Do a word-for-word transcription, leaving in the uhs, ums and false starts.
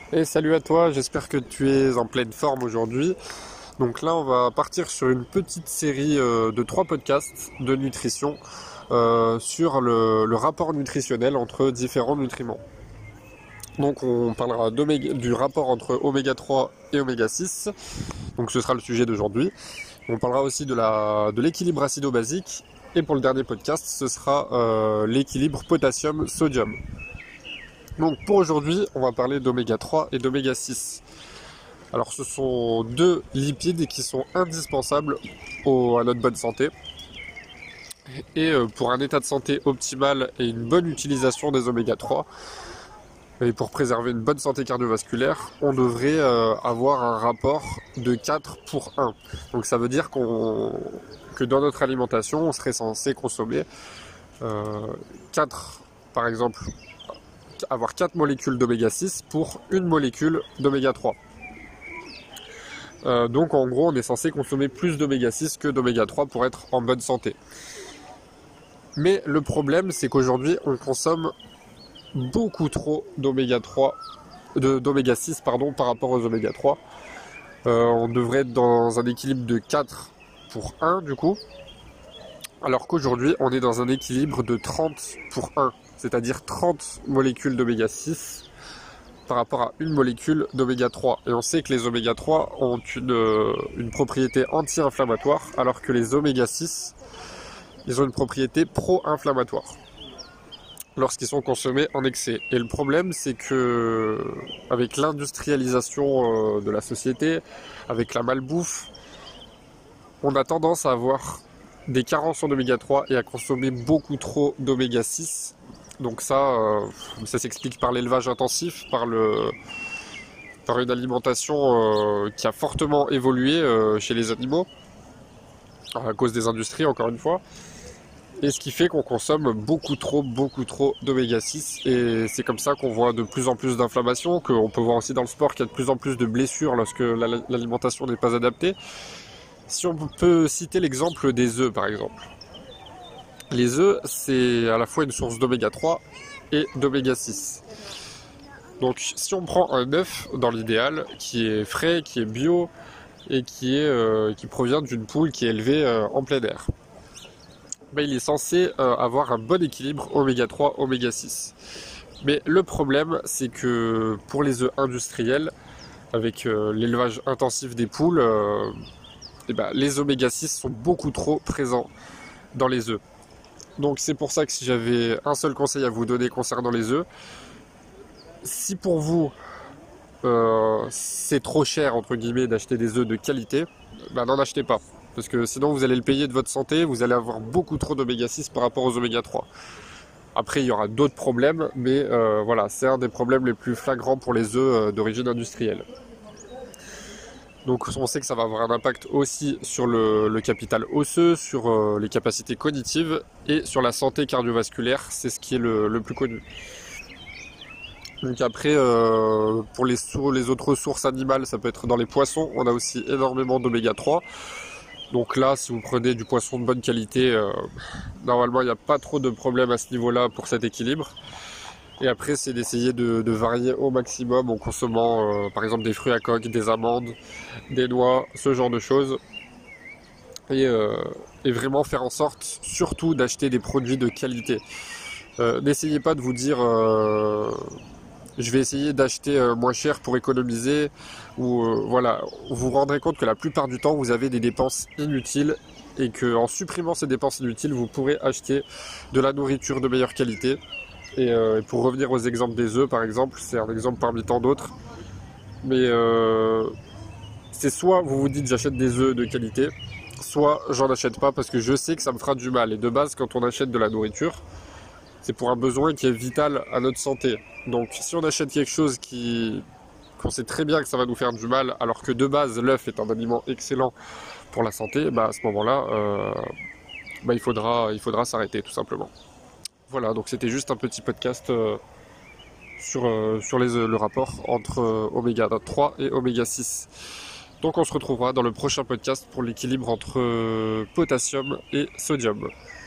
Et salut à toi, j'espère que tu es en pleine forme aujourd'hui. Donc là, on va partir sur une petite série euh, de trois podcasts de nutrition euh, sur le, le rapport nutritionnel entre différents nutriments. Donc on parlera d'oméga- du rapport entre oméga trois et oméga six, donc ce sera le sujet d'aujourd'hui. On parlera aussi de la, de l'équilibre acido-basique, et pour le dernier podcast, ce sera euh, l'équilibre potassium-sodium. Donc pour aujourd'hui, on va parler d'oméga trois et d'oméga six. Alors ce sont deux lipides qui sont indispensables au- à notre bonne santé. Et euh, pour un état de santé optimal et une bonne utilisation des oméga trois, et pour préserver une bonne santé cardiovasculaire, on devrait euh, avoir un rapport de quatre pour un. Donc ça veut dire qu'on, que dans notre alimentation, on serait censé consommer euh, quatre, par exemple, avoir quatre molécules d'oméga six pour une molécule d'oméga trois. Euh, donc en gros, on est censé consommer plus d'oméga six que d'oméga trois pour être en bonne santé. Mais le problème, c'est qu'aujourd'hui, on consomme beaucoup trop d'oméga trois, de, d'oméga six pardon, par rapport aux oméga trois. Euh, on devrait être dans un équilibre de quatre pour un du coup, alors qu'aujourd'hui, on est dans un équilibre de trente pour un, c'est-à-dire trente molécules d'oméga six par rapport à une molécule d'oméga trois. Et on sait que les oméga trois ont une, euh, une propriété anti-inflammatoire, alors que les oméga six, ils ont une propriété pro-inflammatoire lorsqu'ils sont consommés en excès. Et le problème, c'est que avec l'industrialisation euh, de la société, avec la malbouffe, on a tendance à avoir des carences en oméga trois et à consommer beaucoup trop d'oméga six. Donc ça, euh, ça s'explique par l'élevage intensif, par le, par une alimentation euh, qui a fortement évolué euh, chez les animaux, à cause des industries encore une fois, et ce qui fait qu'on consomme beaucoup trop, beaucoup trop d'oméga six, et c'est comme ça qu'on voit de plus en plus d'inflammations, qu'on peut voir aussi dans le sport qu'il y a de plus en plus de blessures lorsque la- l'alimentation n'est pas adaptée. Si on peut citer l'exemple des œufs par exemple. Les œufs, c'est à la fois une source d'oméga trois et d'oméga six. Donc si on prend un œuf dans l'idéal, qui est frais, qui est bio, et qui, est, euh, qui provient d'une poule qui est élevée euh, en plein air, ben, il est censé euh, avoir un bon équilibre oméga trois, oméga six. Mais le problème, c'est que pour les œufs industriels, avec euh, l'élevage intensif des poules, euh, et ben, les oméga six sont beaucoup trop présents dans les œufs. Donc c'est pour ça que si j'avais un seul conseil à vous donner concernant les œufs, si pour vous euh, c'est trop cher entre guillemets d'acheter des œufs de qualité, ben n'en achetez pas. Parce que sinon vous allez le payer de votre santé, vous allez avoir beaucoup trop d'oméga six par rapport aux oméga trois. Après il y aura d'autres problèmes, mais euh, voilà, c'est un des problèmes les plus flagrants pour les œufs euh, d'origine industrielle. Donc on sait que ça va avoir un impact aussi sur le, le capital osseux, sur euh, les capacités cognitives et sur la santé cardiovasculaire, c'est ce qui est le, le plus connu. Donc après, euh, pour les, sou- les autres sources animales, ça peut être dans les poissons, on a aussi énormément d'oméga trois. Donc là, si vous prenez du poisson de bonne qualité, euh, normalement il n'y a pas trop de problèmes à ce niveau-là pour cet équilibre. Et après, c'est d'essayer de, de varier au maximum en consommant euh, par exemple des fruits à coque, des amandes, des noix, ce genre de choses. Et, euh, et vraiment faire en sorte surtout d'acheter des produits de qualité. Euh, n'essayez pas de vous dire euh, je vais essayer d'acheter euh, moins cher pour économiser, ou euh, voilà, vous vous rendrez compte que la plupart du temps vous avez des dépenses inutiles, et qu'en supprimant ces dépenses inutiles vous pourrez acheter de la nourriture de meilleure qualité. Et euh, pour revenir aux exemples des œufs par exemple, c'est un exemple parmi tant d'autres, mais euh, c'est soit vous vous dites j'achète des œufs de qualité, soit j'en achète pas parce que je sais que ça me fera du mal. Et de base, quand on achète de la nourriture, c'est pour un besoin qui est vital à notre santé. Donc si on achète quelque chose qui qu'on sait très bien que ça va nous faire du mal, alors que de base l'œuf est un aliment excellent pour la santé, bah à ce moment-là, euh, bah il faudra, il faudra s'arrêter tout simplement. Voilà, donc c'était juste un petit podcast euh, sur, euh, sur les, le rapport entre euh, oméga trois et oméga six. Donc on se retrouvera dans le prochain podcast pour l'équilibre entre euh, potassium et sodium.